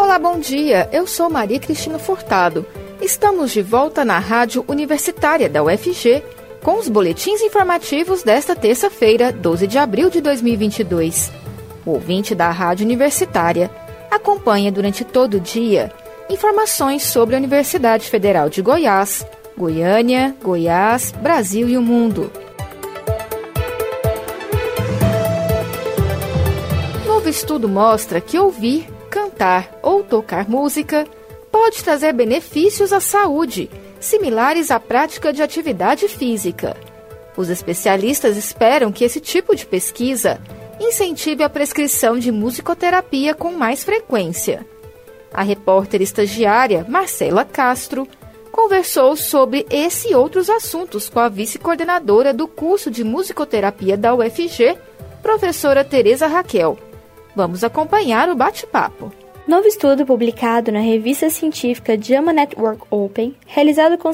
Olá, bom dia. Eu sou Maria Cristina Furtado. Estamos de volta na Rádio Universitária da UFG com os boletins informativos desta terça-feira, 12 de abril de 2022. O ouvinte da Rádio Universitária acompanha durante todo o dia informações sobre a Universidade Federal de Goiás, Goiânia, Goiás, Brasil e o mundo. Novo estudo mostra que ouvir, cantar ou tocar música pode trazer benefícios à saúde, similares à prática de atividade física. Os especialistas esperam que esse tipo de pesquisa incentive a prescrição de musicoterapia com mais frequência. A repórter estagiária Marcela Castro conversou sobre esse e outros assuntos com a vice-coordenadora do curso de musicoterapia da UFG, professora Tereza Raquel. Vamos acompanhar o bate-papo. Novo estudo publicado na revista científica JAMA Network Open, realizado com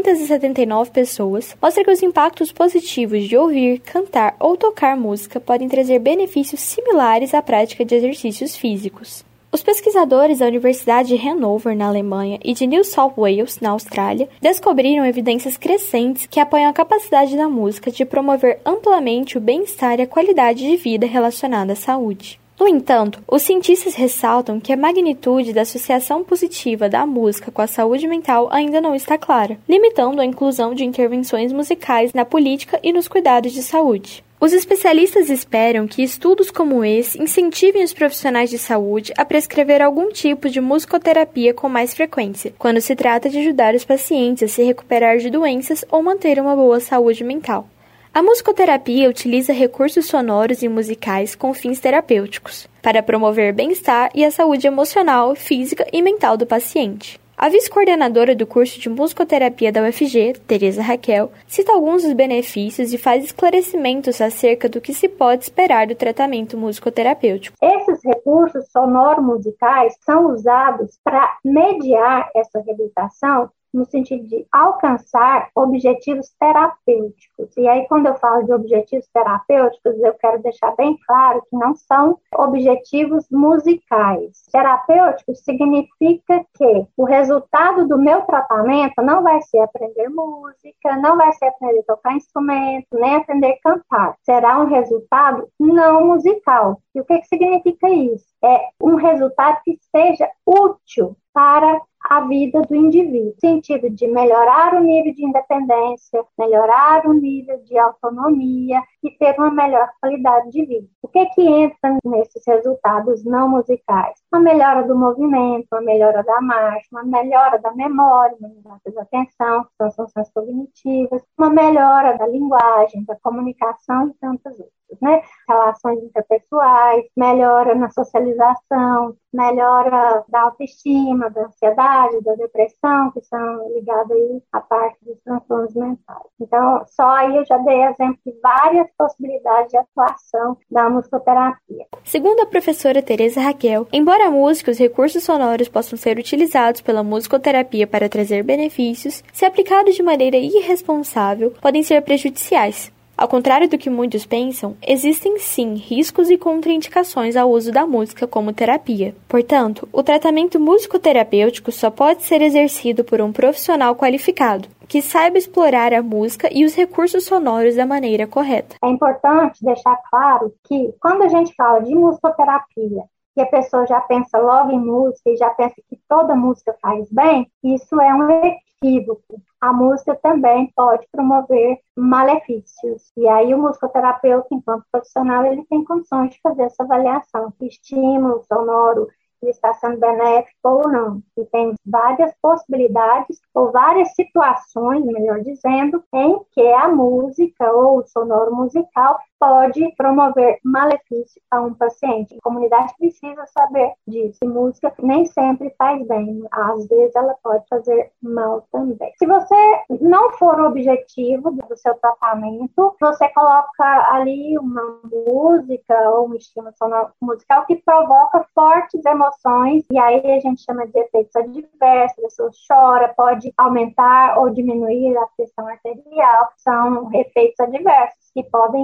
779 pessoas, mostra que os impactos positivos de ouvir, cantar ou tocar música podem trazer benefícios similares à prática de exercícios físicos. Os pesquisadores da Universidade de Hanover, na Alemanha, e de New South Wales, na Austrália, descobriram evidências crescentes que apoiam a capacidade da música de promover amplamente o bem-estar e a qualidade de vida relacionada à saúde. No entanto, os cientistas ressaltam que a magnitude da associação positiva da música com a saúde mental ainda não está clara, limitando a inclusão de intervenções musicais na política e nos cuidados de saúde. Os especialistas esperam que estudos como esse incentivem os profissionais de saúde a prescrever algum tipo de musicoterapia com mais frequência, quando se trata de ajudar os pacientes a se recuperar de doenças ou manter uma boa saúde mental. A musicoterapia utiliza recursos sonoros e musicais com fins terapêuticos, para promover bem-estar e a saúde emocional, física e mental do paciente. A vice-coordenadora do curso de musicoterapia da UFG, Tereza Raquel, cita alguns dos benefícios e faz esclarecimentos acerca do que se pode esperar do tratamento musicoterapêutico. Esses recursos sonoro-musicais são usados para mediar essa reabilitação no sentido de alcançar objetivos terapêuticos. E aí, quando eu falo de objetivos terapêuticos, eu quero deixar bem claro que não são objetivos musicais. Terapêutico significa que o resultado do meu tratamento não vai ser aprender música, não vai ser aprender a tocar instrumento, nem aprender a cantar. Será um resultado não musical. E o que significa isso? É um resultado que seja útil para a vida do indivíduo, no sentido de melhorar o nível de independência, melhorar o nível de autonomia e ter uma melhor qualidade de vida. O que entra nesses resultados não musicais? Uma melhora do movimento, uma melhora da marcha, uma melhora da memória, uma melhora da atenção, que são as funções cognitivas, uma melhora da linguagem, da comunicação e tantas outras, né? Relações interpessoais, melhora na socialização, melhora da autoestima, da ansiedade, da depressão, que são ligadas aí à parte dos transtornos mentais. Então, só aí eu já dei exemplo de várias possibilidades de atuação da musicoterapia. Segundo a professora Tereza Raquel, embora a música e os recursos sonoros possam ser utilizados pela musicoterapia para trazer benefícios, se aplicados de maneira irresponsável, podem ser prejudiciais. Ao contrário do que muitos pensam, existem sim riscos e contraindicações ao uso da música como terapia. Portanto, o tratamento musicoterapêutico só pode ser exercido por um profissional qualificado, que saiba explorar a música e os recursos sonoros da maneira correta. É importante deixar claro que, quando a gente fala de musicoterapia, que a pessoa já pensa logo em música e já pensa que toda música faz bem, isso é um equívoco. A música também pode promover malefícios. E aí o musicoterapeuta, enquanto profissional, ele tem condições de fazer essa avaliação, que estímulo sonoro ele está sendo benéfico ou não. E tem várias possibilidades, ou várias situações, melhor dizendo, em que a música ou o sonoro musical pode promover malefício a um paciente. A comunidade precisa saber disso. E música nem sempre faz bem. Às vezes ela pode fazer mal também. Se você não for o objetivo do seu tratamento, você coloca ali uma música ou um estímulo sonoro musical que provoca fortes emoções, e aí a gente chama de efeitos adversos. A pessoa chora, pode aumentar ou diminuir a pressão arterial. São efeitos adversos que podem decorrer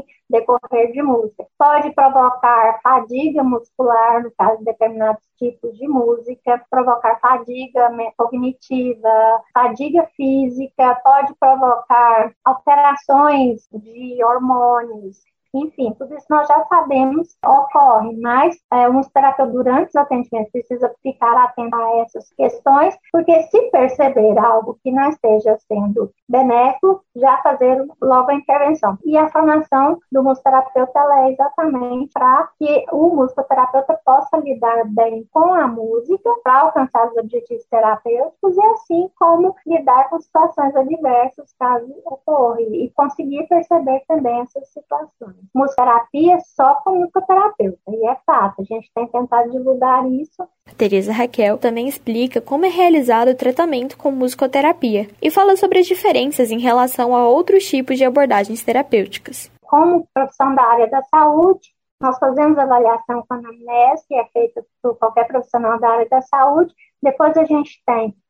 decorrer de música. Pode provocar fadiga muscular, no caso de determinados tipos de música, provocar fadiga cognitiva, fadiga física, pode provocar alterações de hormônios. Enfim, tudo isso nós já sabemos ocorre, mas o musicoterapeuta durante os atendimentos precisa ficar atento a essas questões, porque se perceber algo que não esteja sendo benéfico, já fazer logo a intervenção. E a formação do musicoterapeuta é exatamente para que o musicoterapeuta possa lidar bem com a música, para alcançar os objetivos terapêuticos e assim como lidar com situações adversas, caso ocorra, e conseguir perceber também essas situações. Musicoterapia só com musicoterapeuta, e é fato, a gente tem tentado divulgar isso. Tereza Raquel também explica como é realizado o tratamento com musicoterapia e fala sobre as diferenças em relação a outros tipos de abordagens terapêuticas. Como profissional da área da saúde, nós fazemos avaliação com anamnese, que é feita por qualquer profissional da área da saúde. Depois a gente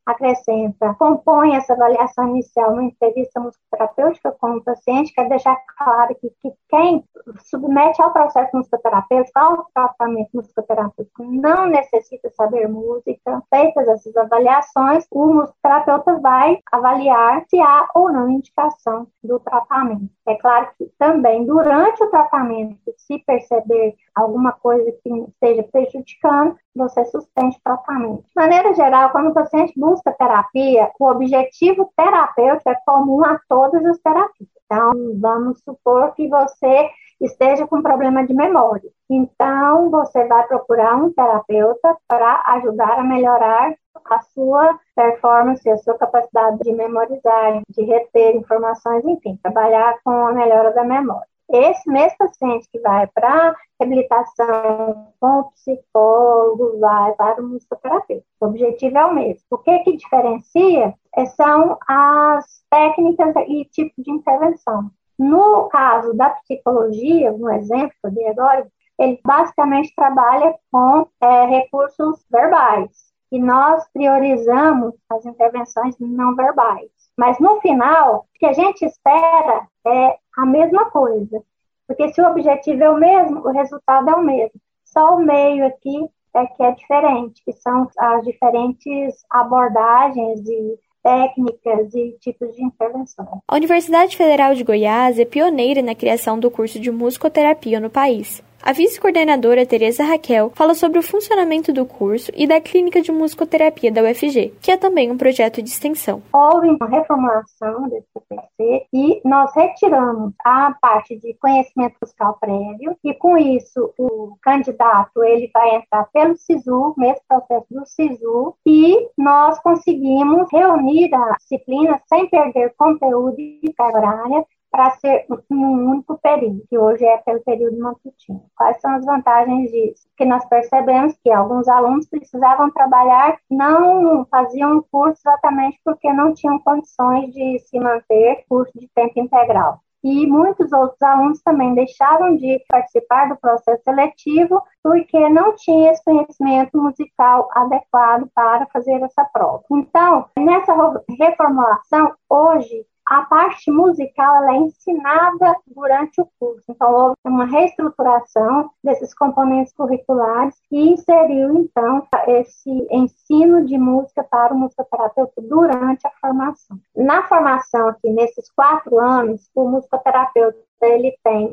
compõe essa avaliação inicial uma entrevista musicoterapêutica com o paciente, quer deixar claro que quem submete ao processo musicoterapêutico, ao tratamento musicoterapêutico, não necessita saber música. Feitas essas avaliações, o musicoterapeuta vai avaliar se há ou não indicação do tratamento. É claro que também, durante o tratamento, se perceber alguma coisa que esteja prejudicando, você suspende o tratamento. De maneira geral, quando o paciente busca terapia, o objetivo terapêutico é comum a todas as terapias. Então, vamos supor que você esteja com problema de memória. Então, você vai procurar um terapeuta para ajudar a melhorar a sua performance, a sua capacidade de memorizar, de reter informações, enfim, trabalhar com a melhora da memória. Esse mesmo paciente que vai para reabilitação com o psicólogo, vai para o musicoterapeuta. O objetivo é o mesmo. O que diferencia são as técnicas e tipos de intervenção. No caso da psicologia, no exemplo que eu dei agora, ele basicamente trabalha com recursos verbais. E nós priorizamos as intervenções não verbais. Mas no final, o que a gente espera é a mesma coisa. Porque se o objetivo é o mesmo, o resultado é o mesmo. Só o meio aqui é que é diferente, que são as diferentes abordagens e técnicas e tipos de intervenção. A Universidade Federal de Goiás é pioneira na criação do curso de musicoterapia no país. A vice-coordenadora Tereza Raquel fala sobre o funcionamento do curso e da clínica de musicoterapia da UFG, que é também um projeto de extensão. Houve uma reformulação desse PPC e nós retiramos a parte de conhecimento musical prévio e com isso o candidato ele vai entrar pelo SISU, mesmo processo do SISU, e nós conseguimos reunir a disciplina sem perder conteúdo e carga horária para ser um único período, que hoje é pelo período matutino. Quais são as vantagens disso? Que nós percebemos que alguns alunos precisavam trabalhar, não faziam o curso exatamente porque não tinham condições de se manter curso de tempo integral. E muitos outros alunos também deixaram de participar do processo seletivo porque não tinham esse conhecimento musical adequado para fazer essa prova. Então, nessa reformulação, hoje, a parte musical ela é ensinada durante o curso. Então, houve uma reestruturação desses componentes curriculares e inseriu, então, esse ensino de música para o musicoterapeuta durante a formação. Na formação aqui, nesses 4 anos, o musicoterapeuta ele tem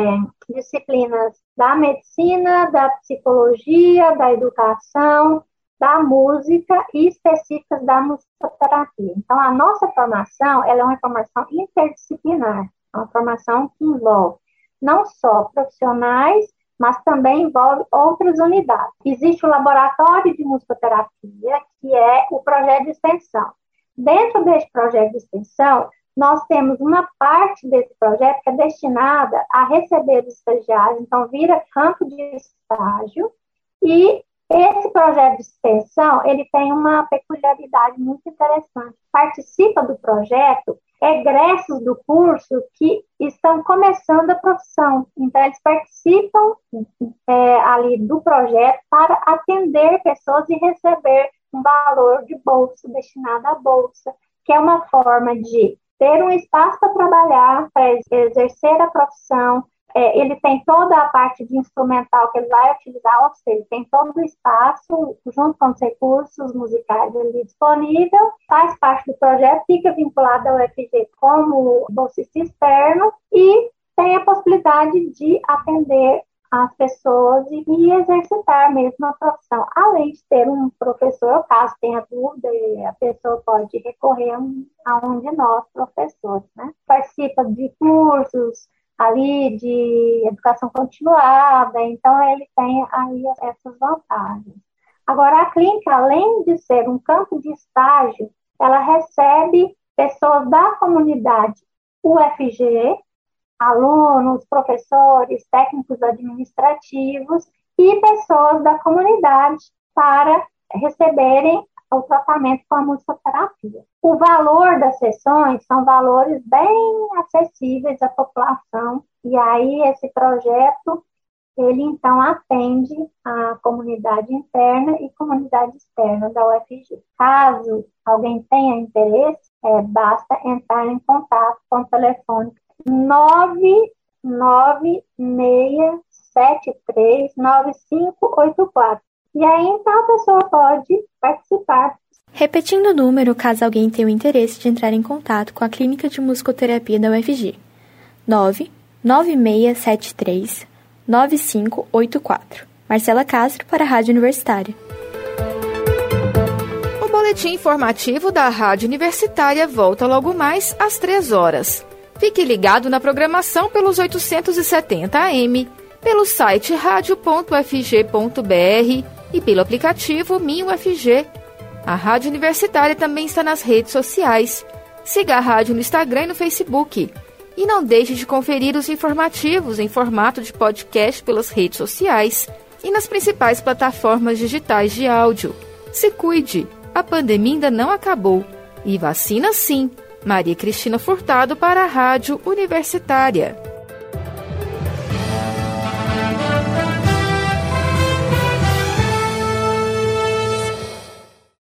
disciplinas da medicina, da psicologia, da educação, da música e específicas da musicoterapia. Então, a nossa formação ela é uma formação interdisciplinar, uma formação que envolve não só profissionais, mas também envolve outras unidades. Existe o laboratório de musicoterapia, que é o projeto de extensão. Dentro desse projeto de extensão, nós temos uma parte desse projeto que é destinada a receber os estagiários, então vira campo de estágio, e esse projeto de extensão, ele tem uma peculiaridade muito interessante. Participa do projeto egressos do curso que estão começando a profissão. Então, eles participam ali do projeto para atender pessoas e receber um valor de bolsa, destinado à bolsa, que é uma forma de ter um espaço para trabalhar, para exercer a profissão, ele tem toda a parte de instrumental que ele vai utilizar, ou seja, tem todo o espaço, junto com os recursos musicais ali disponível, faz parte do projeto, fica vinculado ao UFG como bolsista externo e tem a possibilidade de atender as pessoas e exercitar mesmo a profissão. Além de ter um professor, caso tenha dúvida, a pessoa pode recorrer a um de nós, professores, né? Participa de cursos ali de educação continuada, então ele tem aí essas vantagens. Agora, a clínica, além de ser um campo de estágio, ela recebe pessoas da comunidade UFG, alunos, professores, técnicos administrativos e pessoas da comunidade para receberem o tratamento com a musicoterapia. O valor das sessões são valores bem acessíveis à população, e aí esse projeto, ele então atende a comunidade interna e comunidade externa da UFG. Caso alguém tenha interesse, basta entrar em contato com o telefone 996739584. E aí, então, a pessoa pode participar. Repetindo o número, caso alguém tenha o interesse de entrar em contato com a Clínica de Musicoterapia da UFG. 996739584. Marcela Castro, para a Rádio Universitária. O boletim informativo da Rádio Universitária volta logo mais às 3 horas. Fique ligado na programação pelos 870 AM, pelo site radio.ufg.br e pelo aplicativo MinUFG. A Rádio Universitária também está nas redes sociais. Siga a rádio no Instagram e no Facebook. E não deixe de conferir os informativos em formato de podcast pelas redes sociais e nas principais plataformas digitais de áudio. Se cuide, a pandemia ainda não acabou. E vacina sim. Maria Cristina Furtado para a Rádio Universitária.